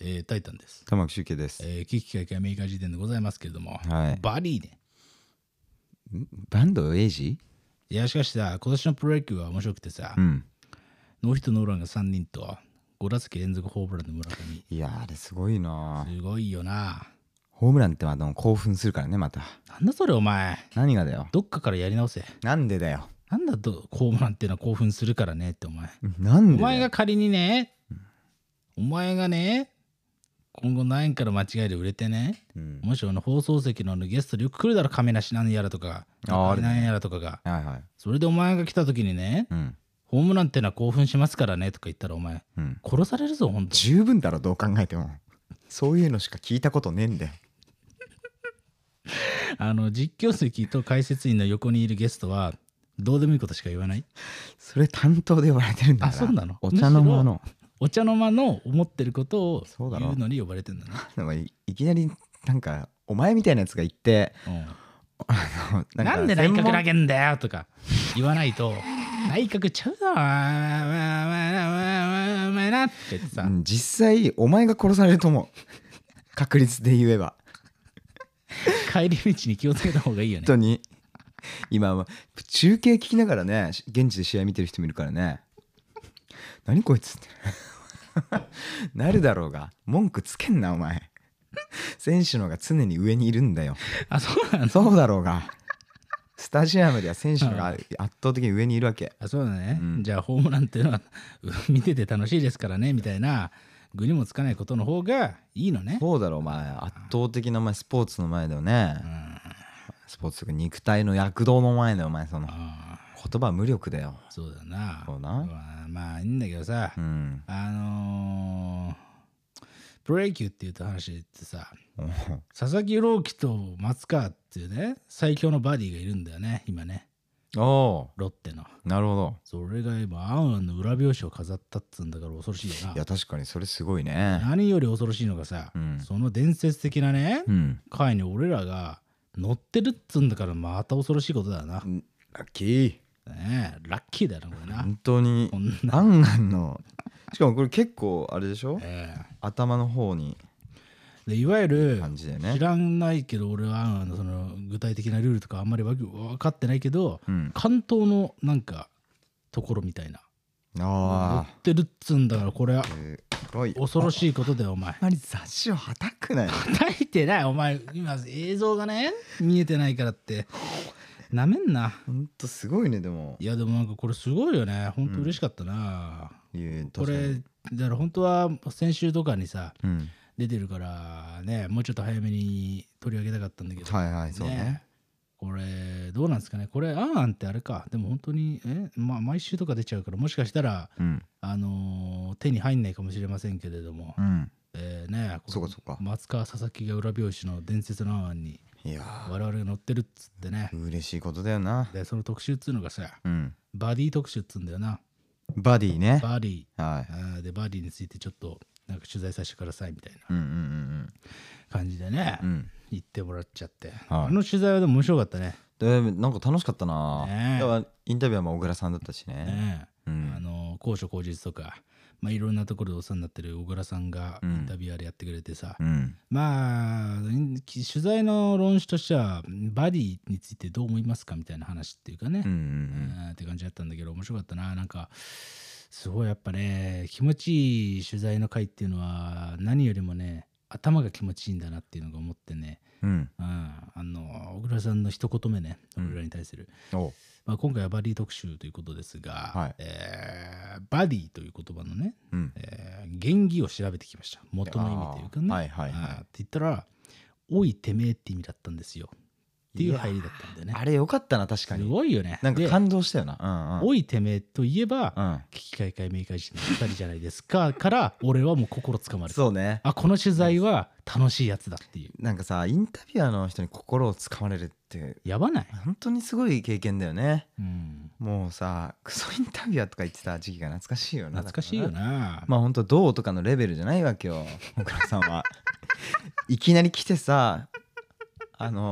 タイタンです。 玉木周慶です。 危機開会明快時点でございますけれども、 はい。 バディね。 バンドエイジ？ いやしかしさ、今年のプロ野球は面白くてさ、 うん。 ノーヒットノーランが3人と5打席連続ホームランの村上。 いやあれすごいな。 すごいよな。 ホームランって興奮するからねまた。 なんだそれお前。 何がだよ。 どっかからやり直せ。 なんでだよ。 なんだとホームランっていうのは興奮するからねってお前。 なんでだよ。 お前が仮にね、お前がね、今後何円から間違いで売れてね、もし放送席のゲストでよく来るだろ、亀梨何やらとか、何やらとかが。 はいはい。 それでお前が来た時にね、ホームランってのは興奮しますからねとか言ったらお前、殺されるぞ本当。 十分だろどう考えても。そういうのしか聞いたことねえんだよ。 実況席と解説員の横にいるゲストはどうでもいいことしか言わない。 それ担当で呼ばれてるんだから。 あ、そうなの。 お茶の間のお茶の間の思ってることを言うのに呼ばれてんだな。 でも いきなりなんかお前みたいなやつが言って、 なんで内閣投げんだよとか言わないと内閣ちゃうだろお前なって言ってさ、 実際お前が殺されると思う。確率で言えば帰り道に気をつけた方がいいよね。 本当に今中継聞きながらね、現地で試合見てる人もいるからね、何こいつってなるだろうが、文句つけんなお前。選手の方が常に上にいるんだよ。 あ、そうなの。 そうだろうが、スタジアムでは選手の方が圧倒的に上にいるわけ。 あ、そうだね、じゃあホームランっていうのは見てて楽しいですからねみたいな具にもつかないことの方がいいのね。 そうだろお前、圧倒的なお前スポーツの前だよね、スポーツとか肉体の躍動の前だよお前。その言葉は無力だよ。 そうだな。 そうな。 まあいいんだけどさ、プロ野球っていうと話ってさ、佐々木朗希と松川っていうね最強のバディがいるんだよね今ね。 ロッテの。 なるほど。 それが今アンアンの裏表紙を飾ったっつうんだから恐ろしいよな。 いや確かにそれすごいね。 何より恐ろしいのがさ、その伝説的なね、回に俺らが乗ってるっつうんだからまた恐ろしいことだよな。 ラッキー。 ねえ、ラッキーだよなこれな。 本当にアンアンの、しかもこれ結構あれでしょ、頭の方にでいわゆる感じだよね。 知らないけど俺はその具体的なルールとかあんまり分かってないけど、関東のなんかところみたいな乗ってるっつうんだから、これは恐ろしいことだよお前。 あんまり雑誌をはたくなよ。 はたいてないお前、今映像がね見えてないからってなめんな。 ほんとすごいね。でもいやでもなんかこれすごいよね。ほんと嬉しかったな、これ。だから本当は先週とかにさ、出てるからね、もうちょっと早めに取り上げたかったんだけど、 そうね。 これどうなんですかね。これアンアンってあれか、でも本当に毎週とか出ちゃうから、もしかしたら、手に入んないかもしれませんけれども、 そうか松川佐々木が裏表紙の伝説のアンアンに我々が乗ってるっつってね、 嬉しいことだよな。 でその特集っつうのがさ、バディ特集っつうんだよな。 バディね。 バディ、でバディについてちょっとなんか取材させてくださいみたいな感じでね、言ってもらっちゃって、あの取材はでも面白かったね。 なんか楽しかったな。だからインタビュアーも小倉さんだったしね。 高所高実とか、いろんなところでお世話になってる小倉さんがインタビュアーでやってくれてさ、まあ取材の論旨としてはバディについてどう思いますかみたいな話っていうかね、って感じだったんだけど面白かったな。なんかすごいやっぱね、気持ちいい取材の回っていうのは何よりもね、頭が気持ちいいんだなっていうのが思ってね、小倉さんの一言目ね、俺らに対する、今回はバディ特集ということですが、バディという言葉のね、原義を調べてきました。元の意味というかね、って言ったら「おいてめえ」って意味だったんですよっていう入りだったんでね。 あれよかったな。確かにすごいよね。 なんか感動したよな。 おいてめえといえば危機開会明快時の2人じゃないですかから俺はもう心つかまれた。 そうね。 この取材は楽しいやつだっていう。 なんかさ、インタビュアーの人に心をつかまれるってやばない？ 本当にすごい経験だよね。もうさ、クソインタビュアーとか言ってた時期が懐かしいよな。 懐かしいよな。 まあ本当どうとかのレベルじゃないわけよ小倉さんは。いきなり来てさ、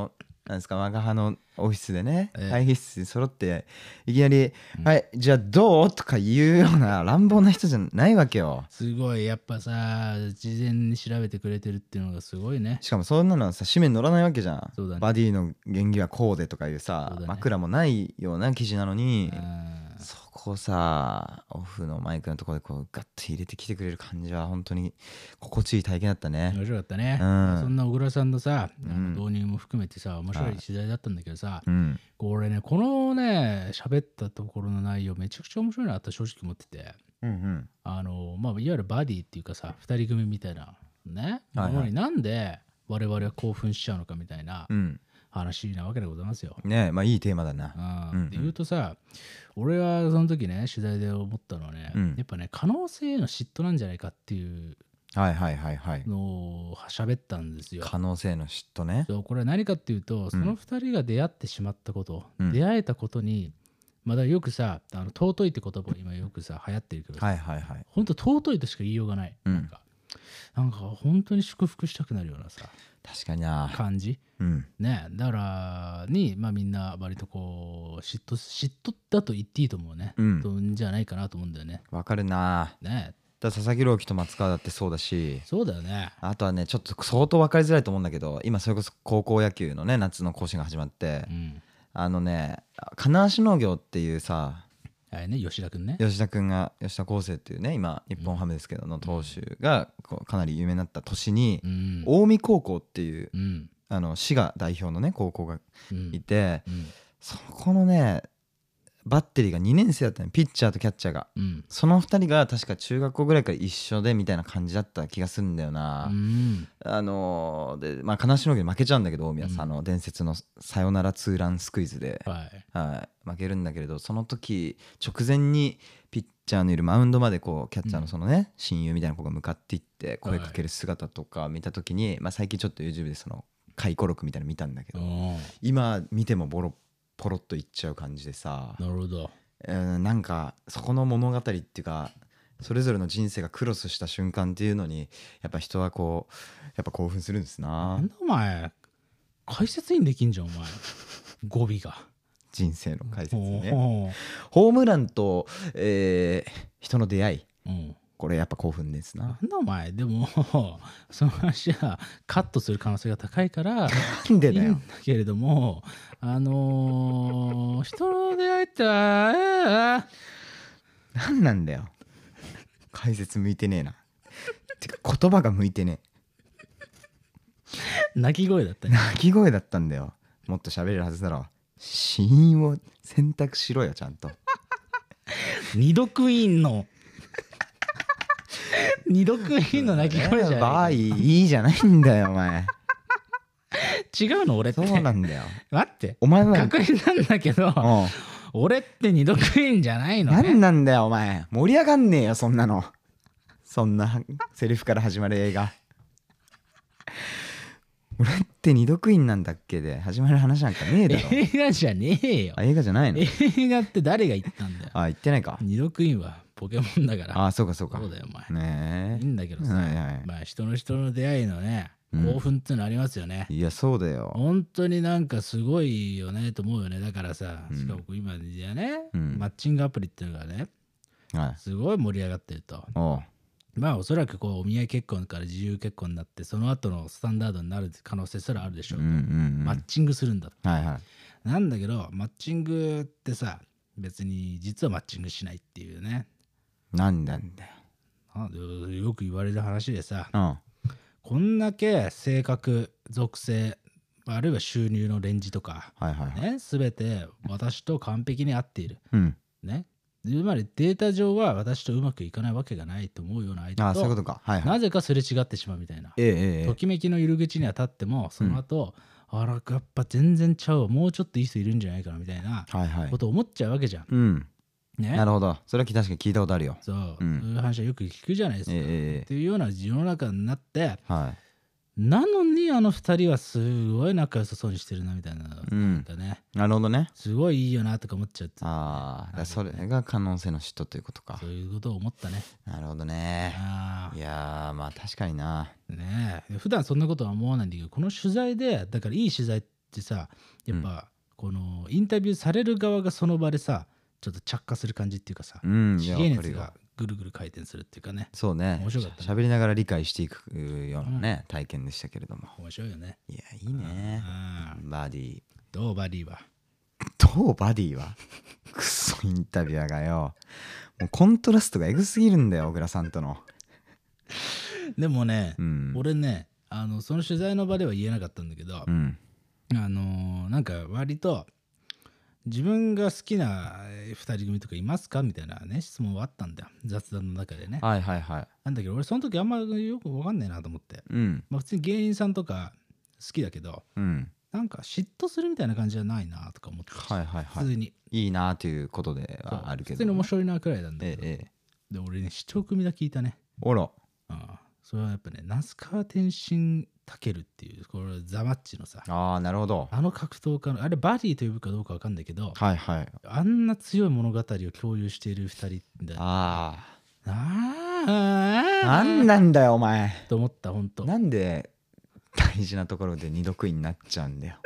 なんですか、我が派のオフィスでね、会議室に揃っていきなり「はいじゃあどう?」とか言うような乱暴な人じゃないわけよ。 すごいやっぱさ、事前に調べてくれてるっていうのがすごいね。 しかもそんなのはさ紙面載らないわけじゃん。 そうだね。 バディの原理はこうでとかいうさ、 そうだね枕もないような記事なのに、 うんそこをさオフのマイクのところでこうガッと入れてきてくれる感じは本当に心地いい体験だったね。 面白かったね。 うんそんな小倉さんのさ、 ん導入も含めてさ、面白い取材だったんだけどさ、 うんこれね、このね、喋ったところの内容、めちゃくちゃ面白いなと正直思ってて、 うんまあ、いわゆるバディっていうかさ、二人組みたいな、ね、 はいはいものになんで我々は興奮しちゃうのかみたいなうん話なわけでございますよ。 ね、まあいいテーマだな。 で言うとさ、俺はその時ね、取材で思ったのはね、やっぱね、可能性への嫉妬なんじゃないかっていうはいはいはいはい。 のを喋ったんですよ。 可能性の嫉妬ね。 そうこれは何かっていうと、その2人が出会ってしまったこと、 うん出会えたことに、まだよくさ、尊いって言葉今よくさ、流行ってるけどさ、 はいはいはい。 本当尊いとしか言いようがない。 うんなんか本当に祝福したくなるようなさ、 確かにな。 感じ。 うんね、だからに、まあ、みんな割とこう嫉妬だと言っていいと思うね、 うんとんじゃないかなと思うんだよね。 わかるな。 ね、 だ佐々木朗希と松川だってそうだし、 そうだよね。 あとはねちょっと相当分かりづらいと思うんだけど、今それこそ高校野球のね夏の甲子園が始まって、金足農業っていうさ、 あれね、吉田君ね。 吉田康生っていうね今日本ハムですけどの投手がこうかなり有名になった年に、 うん近江高校っていううん滋賀代表のね高校がうんいて、 うんそこのねバッテリーが2年生だったの、ピッチャーとキャッチャーが。 うんその2人が確か中学校ぐらいから一緒でみたいな感じだった気がするんだよな。 うんでまあ金足農業に負けちゃうんだけど大宮さん、伝説のサヨナラツーランスクイズで、 はい負けるんだけれど、その時直前にピッチャーのいるマウンドまでこうキャッチャーのそのね、親友みたいな子が向かっていって声かける姿とか見た時に、まあ、最近ちょっと YouTube でその回顧録みたいなの見たんだけど、今見てもポロッといっちゃう感じでさ、 なるほど。 なんかそこの物語っていうかそれぞれの人生がクロスした瞬間っていうのにやっぱ人はこうやっぱ興奮するんですな。 なんだお前、解説員できんじゃんお前。語尾が人生の解説ね。 おホームランと、人の出会い、 うんこれやっぱ興奮ですな。 なんだお前、でもその話はカットする可能性が高いからなんでだよいいんだけれども、人の出会いってなんなんだよ解説向いてねえなてか言葉が向いてね鳴き声だったえ、 ね。 鳴き声だったんだよ。もっと喋れるはずだろ。死因を選択しろよちゃんと。 二度クイーンの二度クイーンの鳴き声じゃバないーいいじゃないんだよお前。 違うの俺って。 そうなんだよ待って、 お前は確認なんだけど、俺って二度クイーンじゃないのね。 なんなんだよお前。盛り上がんねえよそんなの。そんなセリフから始まる映画。俺って二度クイーンなんだっけで始まる話なんかねえだろ。 映画じゃねえよ。 あ、映画じゃないの？ 映画って誰が言ったんだよ。 あ、言ってないか。 二度クイーンはポケモンだから。 あ、そうかそうか。 そうだよお前。 ねいいんだけどさ、 はいはいまあ人の出会いのね、興奮ってのありますよね。 え。いやそうだよ。 本当になんかすごいよねと思うよね。だからさ、しかも今じゃね、マッチングアプリっていうのがね、 はい。 すごい盛り上がってると。 おう。 まあおそらくこうお見合い結婚から自由結婚になって、その後のスタンダードになる可能性すらあるでしょうと。マッチングするんだ。 はいはい。 なんだけど、マッチングってさ、別に実はマッチングしないっていうね。 なんなんだよく言われる話でさ、 よ。 こんだけ性格、属性、あるいは収入のレンジとか、 はいはい。 ね、全て私と完璧に合っている。 うん。 ね。つまりデータ上は私とうまくいかないわけがないと思うような相手あ、そういうことと、 か。はいはい。 なぜかすれ違ってしまうみたいな。ときめきの入り口には立っても、その後、あら、やっぱ全然ちゃうわ、もうちょっといい人いるんじゃないかなみたいなはいはい。 ことを思っちゃうわけじゃん。 うん。 ね。 なるほど。それは確かに聞いたことあるよ。 そう、そういう話はよく聞くじゃないですか。っていうような世の中になって、 はい。 なのにあの二人はすごい仲良さそうにしてるなみたいな、なんかね、 なるほどね。 すごいいいよなとか思っちゃって、 ああ、それが可能性の嫉妬ということかそ。ういうことを思ったね。 なるほどね。 あいやーまあ確かにな。 ねえ、普段そんなことは思わないんだけど、この取材でだからいい取材ってさやっぱこのインタビューされる側がその場でさちょっと着火する感じっていうかさ、 うんいや知恵わかるよ熱がぐるぐる回転するっていうかね、 そうね面白かったね喋りながら理解していくようなね、体験でしたけれども面白いよね。 いやいいねうんバディどうバディは。 どうバディはクソインタビュアーがよもうコントラストがエグすぎるんだよ小倉さんとのでもね、 うん俺ねその取材の場では言えなかったんだけど、 うんなんか割と自分が好きな2人組とかいますかみたいなね質問はあったんだよ雑談の中でね。 はいはいはいなんだけど俺その時あんまよく分かんねえなと思って、 うんまあ、普通に芸人さんとか好きだけどうんなんか嫉妬するみたいな感じじゃないなとか思ってたし、 はいはいはい普通にいいなということでそうはあるけど普通に面白いなくらいなんだけど、 ええええで俺ね一組だけ聞いたね。 おらそれはやっぱね那須川天心たけるっていうこれザマッチのさああなるほど格闘家のあれバディと呼ぶかどうか分かんないけどはいはいあんな強い物語を共有している2人だあああなんなんだよお前と思ったほんと。 なんで大事なところで二度食いになっちゃうんだよ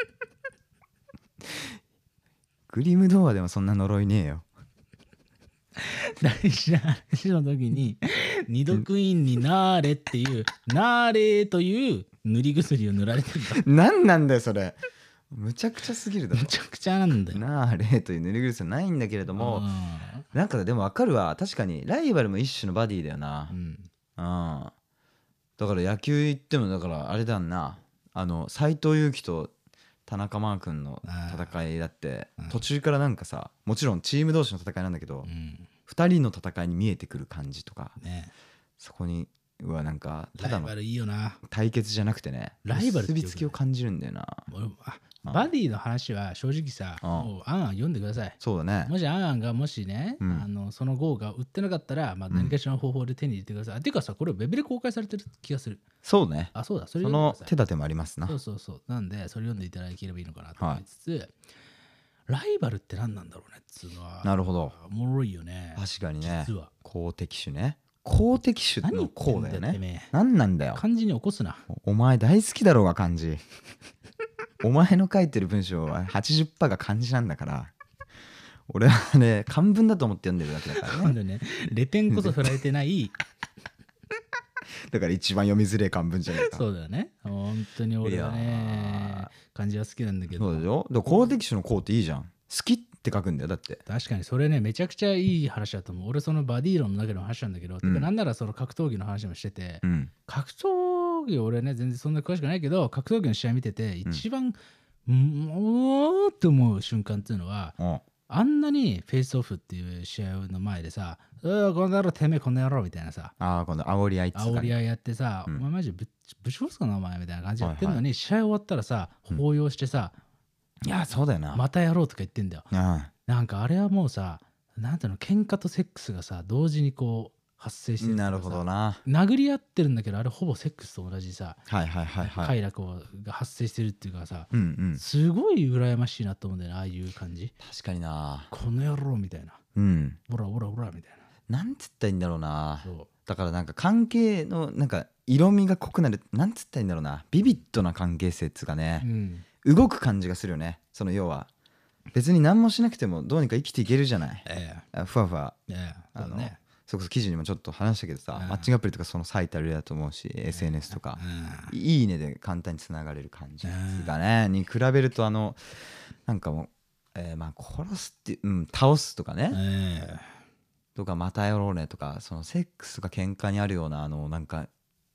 グリム童話でもそんな呪いねえよ大事な話の時に二度クイーンになーれっていうなーれという塗り薬を塗られてるんだ。 なんなんだよそれむちゃくちゃすぎるだろむちゃくちゃなんだよ。 なあ例という塗り薬はないんだけれどもなんかでも分かるわ確かにライバルも一種のバディだよなうんだから野球行ってもだからあれだな斎藤佑樹と田中マー君の戦いだって途中からなんかさもちろんチーム同士の戦いなんだけど2人の戦いに見えてくる感じとかねそこにはなんかただのライバルいいよな。 対決じゃなくてねライバルってよくない結びつきを感じるんだよな俺バディの話は正直さもうあんあん読んでください。 そうだねもしあんあんがもしね、その号が売ってなかったら、まあ、何かしらの方法で手に入れてください。っていうかさこれウェブで公開されてる気がする。 そうねあそうだそれそ読んでください。 の手立てもありますなそうなんでそれ読んでいただければいいのかなと思いつつ、ライバルって何なんだろうねっつうのはなるほどおもろいよね。 確かにね実は公的種ね公的種の公だよ何言ってんだよてめねえなんなんだよ漢字に起こすな。 お前大好きだろうが漢字お前の書いてる文章は 80% が漢字なんだから俺はね漢文だと思って読んでるだけだからね今度ねレペンこそ振られてないだから一番読みづれえ漢文じゃないかそうだよね本当に俺はいやね漢字は好きなんだけどそうでしょで公的種の公っていいじゃん好きって書くんだよだって確かにそれねめちゃくちゃいい話だと思う。俺そのバディ論の中での話なんだけど、てかなんならその格闘技の話もしてて、格闘技俺ね全然そんな詳しくないけど格闘技の試合見てて一番もうって思う瞬間っていうのは、あんなにフェイスオフっていう試合の前でさこの野郎てめえこの野郎みたいなさ今度煽り合いっつうかね煽り合いやってさ、お前マジぶち殺すかなお前みたいな感じでやってるのに、試合終わったらさ抱擁してさ、 いやそうだよなまたやろうとか言ってんだよ。なんかあれはもうさなんていうの喧嘩とセックスがさ同時にこう発生してる。 なるほどな殴り合ってるんだけどあれほぼセックスと同じさ快楽が発生してるっていうかさ、 うんすごい羨ましいなと思うんだよねああいう感じ。 確かになこの野郎みたいなオラオラオラみたいなんつったらいいんだろうなそうだからなんか関係のなんか色味が濃くなるなんつったらいいんだろうなビビッドな関係性っつうかね、動く感じがするよね。その要は別に何もしなくてもどうにか生きていけるじゃない、ふわふわそうねそれこそ記事にもちょっと話したけどさ、マッチングアプリとかその最たる例だと思うし、SNS とか、いいねで簡単につながれる感じがね、に比べるとなんかもう、まあ殺すって、倒すとかね、とかまたやろうねとか、そのセックスが喧嘩にあるようななんか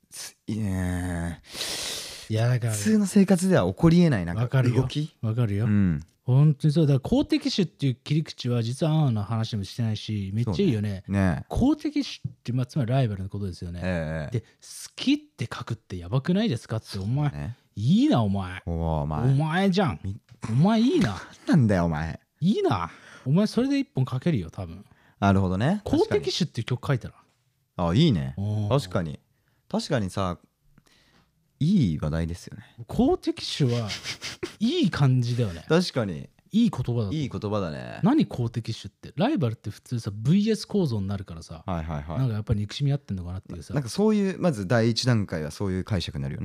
いやだから普通の生活では起こりえないなんか動きわかるよ、本当にそうだから公的種っていう切り口は実はアンの話もしてないしめっちゃいいよね。公的種って、つまりライバルのことですよね。で好きって書くってやばくないですかってお前、いいなお前お前じゃんお前いいななんだよお前いいなお前それで一本書けるよ多分。 なるほどね。 公的種っていう曲書いたらいいね。確かにさいい話題ですよね。 公的種はいい感じだよね。 確かにいい言葉だ。 いい言葉だね。 何公的種ってライバルって普通さ VS 構造になるからさ、なんかやっぱり憎しみ合ってんのかなっていうさ、 なんかそういうまず第一段階はそういう解釈になるよね。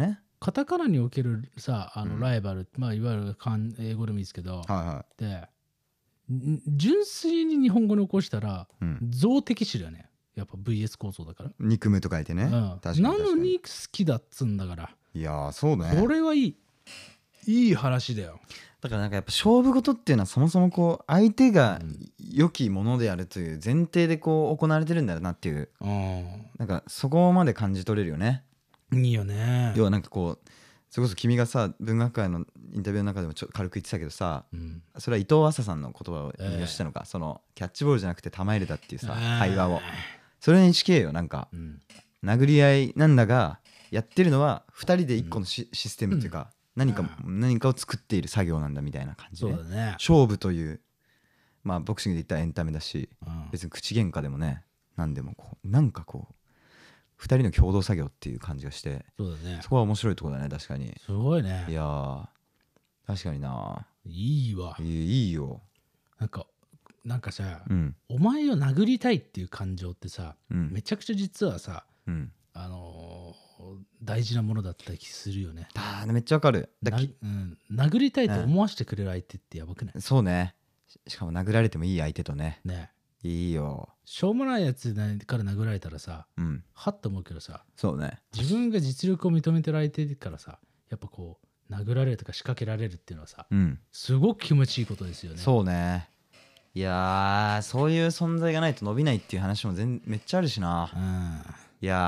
カタカナにおけるさうんライバル、まあいわゆる英語でもいいですけど、 はいはで純粋に日本語に起こしたらい、うん、 増敵詞だよね。やっぱ VS 構造だから。 憎むと書いてね、 うん、 確かにな確かに。 のに好きだっつんだから。 いやーそうね。 これはいい話だよ。 だからなんかやっぱ勝負事っていうのはそもそもこう相手が良きものであるという前提でこう行われてるんだよなっていう、なんかそこまで感じ取れるよね。 いいよね。 要はなんかこうそれこそ君がさ文学界のインタビューの中でも軽く言ってたけどさ、それは伊藤浅さんの言葉を引用したのか、そのキャッチボールじゃなくて玉入れだっていうさ会話を、それに近えよ。なんか、殴り合いなんだがやってるのは2人で1個のシステムっていうか、何かを作っている作業なんだみたいな感じで、 そうだね。 勝負というまあボクシングで言ったらエンタメだし、別に口喧嘩でもね何でもこうなんかこう2人の共同作業っていう感じがして、 そうだね。 そこは面白いところだね。確かにすごいね。 いやー確かにな。 いいわ。 いいよ。 なんかさ、 うんお前を殴りたいっていう感情ってさ、 うんめちゃくちゃ実はさ、 うん大事なものだったりするよね。 めっちゃわかる。 殴りたいと思わせてくれる相手ってやばくない？ そうね。しかも殴られてもいい相手とね。 ね。 いいよ。 しょうもないやつから殴られたらさ、はっと思うけどさ、 そうね。 自分が実力を認めてる相手からさ、やっぱこう殴られるとか仕掛けられるっていうのはさ、すごく気持ちいいことですよね。 そうね。いやーそういう存在がないと伸びないっていう話もめっちゃあるしな。いや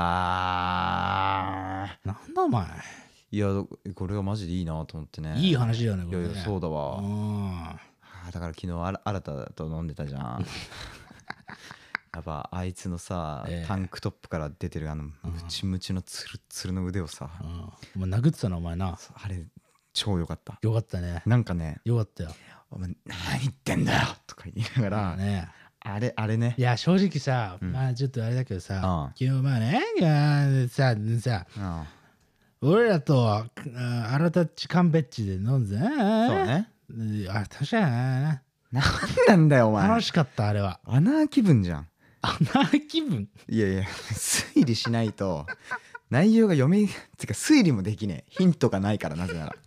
ーなんだお前。 いやこれはマジでいいなと思ってね。 いい話だよねこれね。 いやそうだわ。だから昨日新たと飲んでたじゃん。やっぱあいつのさ、タンクトップから出てるムチムチのツルツルの腕をさ、 お前殴ってたのお前な。 あれ超良かった。 よかったね。 なんかね、 よかったよ。 お前何言ってんだよとか言いながら、 ね、 あれね。 いや正直さ、まあちょっとあれだけどさ、昨日まあねさ俺らとアラタッチカンベッチで飲んで、そうね。 確かになんなんだよお前。 楽しかったあれは。 アナー気分じゃん。 アナー気分。 いやいや推理しないと内容が読めってか推理もできねえ。ヒントがないから。なぜなら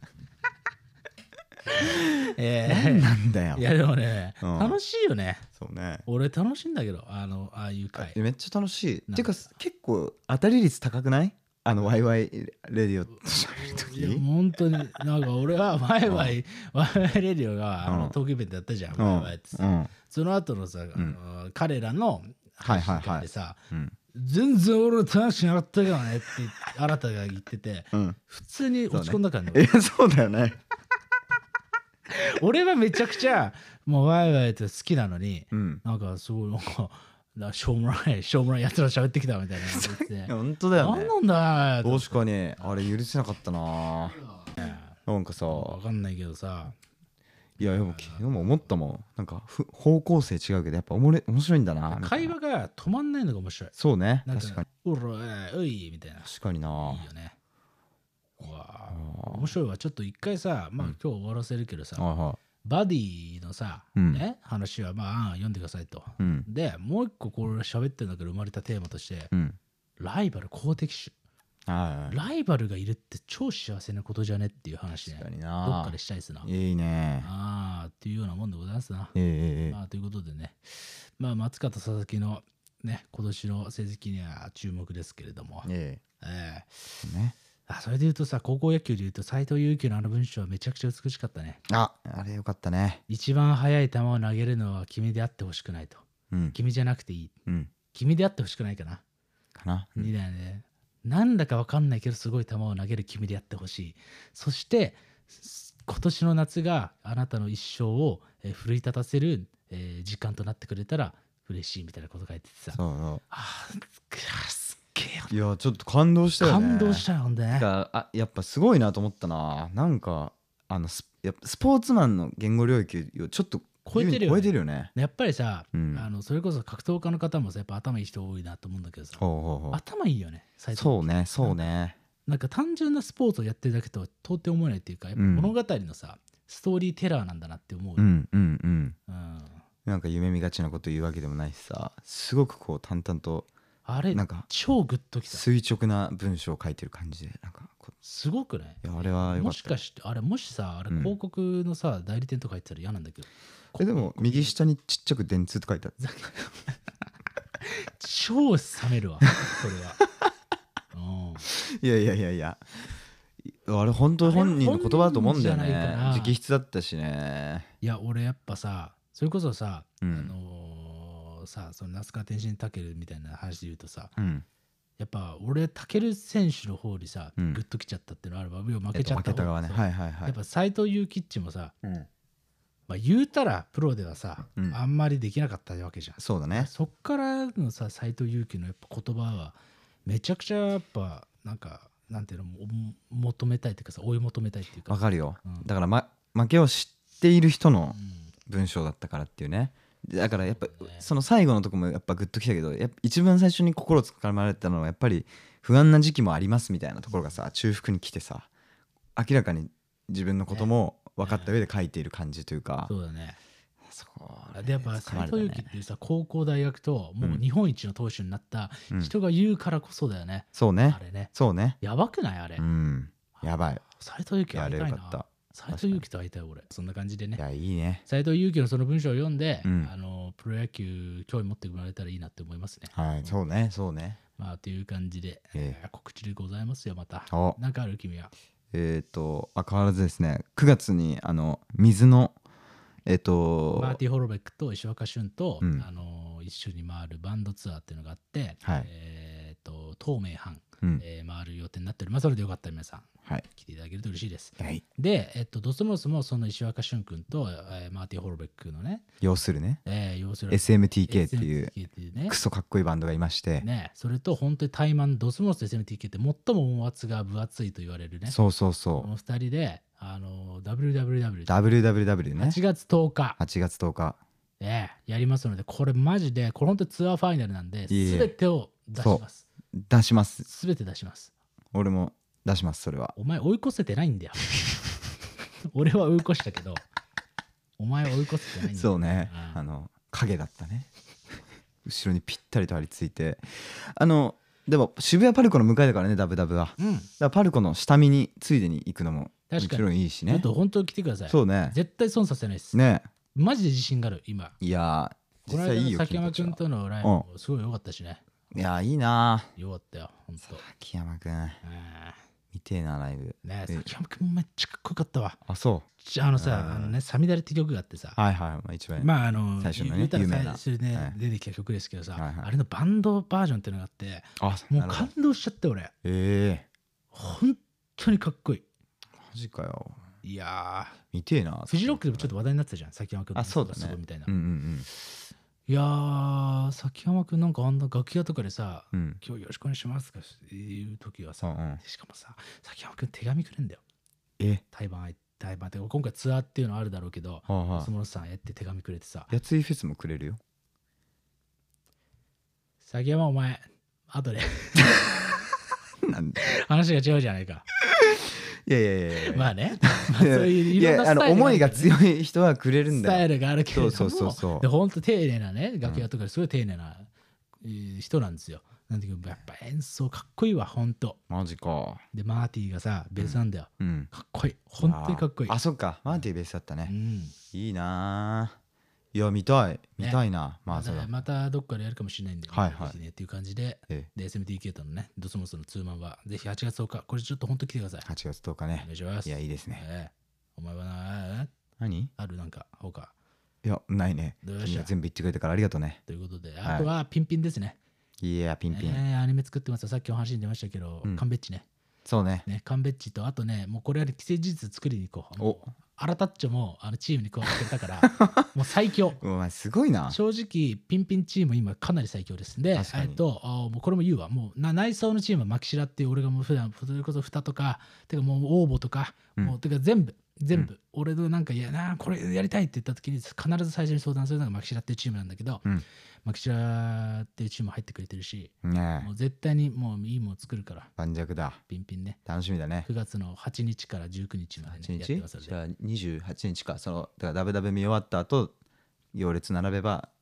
何なんだよ。 いやでもね、楽しいよね。 そうね。 俺楽しいんだけどああいう回めっちゃ楽しい。っていうか結構当たり率高くない？ワイワイレディオ喋るとき。 本当になんか俺はワイワイレディオがトークイベントやったじゃん、ワイワイってさ、その後のさ彼らの配信会でさ、全然俺楽しくなかったけどねって新たが言ってて、普通に落ち込んだからね。 そうだよね。 俺はめちゃくちゃもうワイワイって好きなのに、なんかすごいなんかしょうもないやつら喋ってきたみたいな言って本当だよね。 なんなんだよ。 確かにあれ許せなかったな。なんかさ分かんないけどさ、 いやでも昨日も思ったもん。なんか方向性違うけどやっぱ面白いんだな。 会話が止まんないのが面白い。 そうね。確かに。 おいみたいな。 確かにな。いいよね。面白いわ。ちょっと一回さ、まあ今日終わらせるけどさ、バディのさ、話はまあ読んでくださいと。でもう一個これ喋ってるんだけど生まれたテーマとして、ライバル公的種。ライバルがいるって超幸せなことじゃねっていう話ね。どっかでしたいですな。 いいね。 っていうようなもんでございますな。ということでね、まあ松方佐々木のね今年の成績には注目ですけれども。それで言うとさ、高校野球で言うと斎藤佑樹のあの文章はめちゃくちゃ美しかったね。 あれよかったね。 一番速い球を投げるのは君であってほしくないと。君じゃなくていい。君であってほしくないかな。みたいなね。なんだか分かんないけどすごい球を投げる君であってほしい。そして今年の夏があなたの一生を奮い立たせる時間となってくれたら嬉しいみたいなこと書いててさ。すっげえ。 いやちょっと感動したよね。 感動したよね。 やっぱすごいなと思ったな。なんかやっぱスポーツマンの言語領域をちょっと超えてるよね。 やっぱりさ、それこそ格闘家の方もさやっぱ頭いい人多いなと思うんだけどさ、頭いいよね。 そうね。 なんか単純なスポーツをやってるだけとは到底思えないっていうか、やっぱ物語のさストーリーテラーなんだなって思う。なんか夢見がちなこと言うわけでもないしさ、すごくこう淡々とあれなんか超グッときた。 垂直な文章を書いてる感じでなんかすごくない？ いやあれはよかった。 もしかしてあれ、もしさ、あれ広告のさ、代理店とか入ってたら嫌なんだけど。 でも右下にちっちゃく電通って書いてある。 超冷めるわそれは。 いやいやいやいや、あれ本当本人の言葉だと思うんだよね。 あれ本人じゃないかな直筆だったしね。 いや俺やっぱさ、それこそさ、 うんさ、その那須川天心タケルみたいな話で言うとさ、 うんやっぱ俺タケル選手の方にさ、 うんグッときちゃったっていうのはあれば、負けちゃった負けた側ね。 そうはいはいはい。 やっぱ斎藤佑樹っちもさ、 うんまあ、言うたらプロではさ、 うんあんまりできなかったわけじゃん。 そうだね。 そっからのさ、斎藤佑樹のやっぱ言葉はめちゃくちゃやっぱなんかなんていうの、求めたいっていうかさ、追い求めたいっていうか。 わかるよ、 うんだから、負けを知っている人の文章だったからっていうね。だからやっぱその最後のとこもやっぱグッときたけど、やっぱ一番最初に心つかまれたのはやっぱり不安な時期もありますみたいなところがさ、中腹に来てさ、明らかに自分のことも分かった上で書いている感じというか、 そうだね。 そうでやっぱ斎藤佑樹っていうさ、高校大学ともう日本一の投手になったうん人が言うからこそだよね、 そうねあれね。 そうね、 やばくないあれ、 うんやばい。 斎藤佑樹いやあ会いたいな。 れよかった。 斎藤佑樹と会いたい俺。そんな感じでね、 いやいいね。 斎藤佑樹のその文章を読んで、 うんプロ野球興味持ってもらえたらいいなって思いますね。 はいそうねそうね。 まあという感じで、告知でございますよ。またおなんかある？君は。 変わらずですね、9月に水のマーティ・ホロベックと石若俊と、 うん一緒に回るバンドツアーっていうのがあって、 はい東名阪、 うん回る予定になっております。それでよかったら皆さんはい来ていただけると嬉しいです。 はいで、ドスモスもその石若俊君と、マーティ・ホロベックのね、 要するね要する SMTK っていう SMTK っていうねクソかっこいいバンドがいまして、 ね、それと本当にタイマン、ドスモスと SMTK って最も音圧が分厚いと言われるね、 そうそうこその2人で、WWW う WWW ね 8月10日、 8月10日やりますので、これマジで、これ本当にツアーファイナルなんで、 いえ全てを出します。 出します。 全て出します。 俺も出します。それはお前追い越せてないんだよ。俺は追い越したけど、お前は追い越せてないんだよ。 そうね、 うん影だったね後ろにぴったりと張り付いて、でも渋谷パルコの向かいだからね、ダブダブは。だからパルコの下見についでに行くのもも確かにちろんいいしね。 ちょっと本当に来てください。 そうね絶対損させないです。 ね。 マジで自信がある、今。 いやーこの間実際いいよの崎山君とのライブもすごい良かったしね。 いやーいいなよかったよ、本当。 秋山くん見てえなライブね、崎山君もめっちゃかっこよかったわ。 あそさ、さみだれって曲があってさ、 うはいはい、まあ、一番まあ最初のね言うたら有名な最初ね、 はい出てきた曲ですけどさ、 はいはいあれのバンドバージョンっていうのがあって、もうなるほど感動しちゃって俺。 え本当にかっこいい。 マジかよ、 いや見てえな。 フジロックでもちょっと話題になってたじゃん、崎山君のあそうだねすごいみたいな。 うんうんいやー、崎山君なんかあんな楽屋とかでさ、 うんうん今日よろしくお願いしますとかいう時はさ、 うんうんしかもさ、崎山君手紙くれんだよ。 え対バンって今回ツアーっていうのあるだろうけど、 はあはあそのさんやって手紙くれてさ、 やついフェスもくれるよ。 崎山お前、後でなんで話が違うじゃないか。 いやいやいやいやまあね、まあ、そういういろんなスタイルがある思いがけどね強い人はくれるんだよ。 スタイルがあるけれども、 そうそうそうそうで本当丁寧なね、楽屋とかですごい丁寧な、人なんですよ。なんだけどやっぱ演奏かっこいいわ、本当。 マジか。 でマーティがさベースなんだよ、 うん。 かっこいい、本当にかっこいい。 あそっか、マーティベースだったね。 うんいいなぁ。いや見たい見たいな。まあそれ。 またどっかでやるかもしれないんで、 はいはいぜひねっていう感じで、 えで SMTK とのね、ドスモスのツーマンはぜひ8月10日、これちょっと本当来てください。 8月10日おね願い。します。 いやいいですね。 お前はな、 何？ あるなんか他いやないね。 どうした君は全部言ってくれたからありがとうね。 ということで、 はいあとはピンピンですね。 いやピンピン。 アニメ作ってますよ。さっきお話に出ましたけど、 うんカンベッチね。 そうね。 カンベッチと、あとね、もうこれは既成事実作りに行こう。 おアラタッチョもチームに加わってたからもう最強。 お前すごいな。 正直ピンピンチーム今かなり最強です。で確かにもうこれも言うわ、もう内装のチームはマキシラっていう、俺がもう普段それこそ蓋とかてかもう応募とか、 うんもうてか全部、俺のなんかいやなこれやりたいって言った時に必ず最初に相談するのがマキシラっていうチームなんだけど、 うんマキシラっていうチーム入ってくれてるし、 ねえもう絶対にもういいもの作るから。 盤石だ。 ピンピンね、 楽しみだね。 9月の8日から19日まで、ね、やって 8 ますので、 日じゃあ28日か。そのだからダブダブ見終わった後行列並べば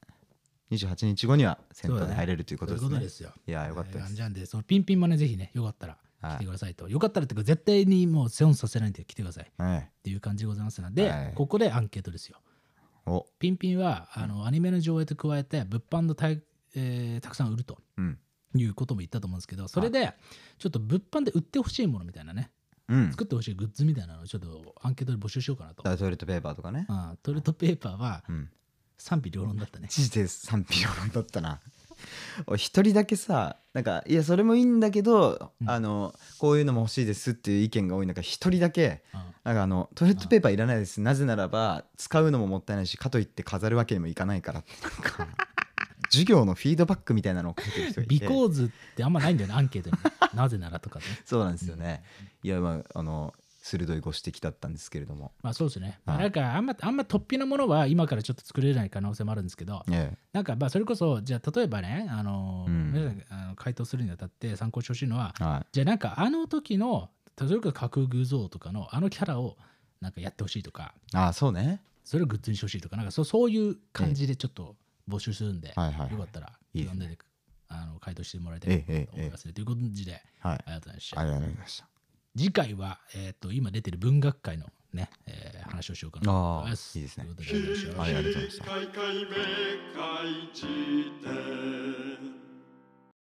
28日後にはセンターで入れるということですね。 そういうことですよ。 いやよかったです。 じゃんでそのピンピンもねぜひねよかったら来てくださいと。よかったらってか絶対にもう損させないで来てくださいっはいていう感じでございますので、 はいここでアンケートですよ。 おピンピンはアニメの上映と加えて物販のたくさん売るとうんいうことも言ったと思うんですけど、それでちょっと物販で売ってほしいものみたいなね、 うん作ってほしいグッズみたいなのをちょっとアンケートで募集しようかなと。 トイレットペーパーとかねトイレットペーパーはうん賛否両論だったね。 マジで賛否両論だったなおい一人だけさなんかいやそれもいいんだけど、こういうのも欲しいですっていう意見が多い中一人だけなんかトイレットペーパーいらないです、なぜならば使うのももったいないしかといって飾るわけにもいかないからってなんか授業のフィードバックみたいなのを書いてる人がいてビコーズってあんまないんだよね、アンケートに。なぜならとかね。 そうなんですよね、いやまあ鋭いご指摘だったんですけれどもまあそうですね。 はいなんかあんま突飛なものは今からちょっと作れない可能性もあるんですけど、 えなんかまあそれこそ、じゃあ例えばね、 ん皆さん回答するにあたって参考してほしいのは、 えはじゃあなんかあの時の、例えば架空偶像とかのあのキャラをなんかやってほしいとか、 いあそうねそれをグッズにしてほしいとか、なんかそういう感じでちょっと募集するんで、 はいはいはいよかったらいいですね読んで回答してもらいたいと思いますね。ということで、 はいありがとうございました。 ありがとうございました次回は、今出てる文学界のね、話をしようかなと思います。 いいですねということでありがとうございました。 はいありがとうございました開会明快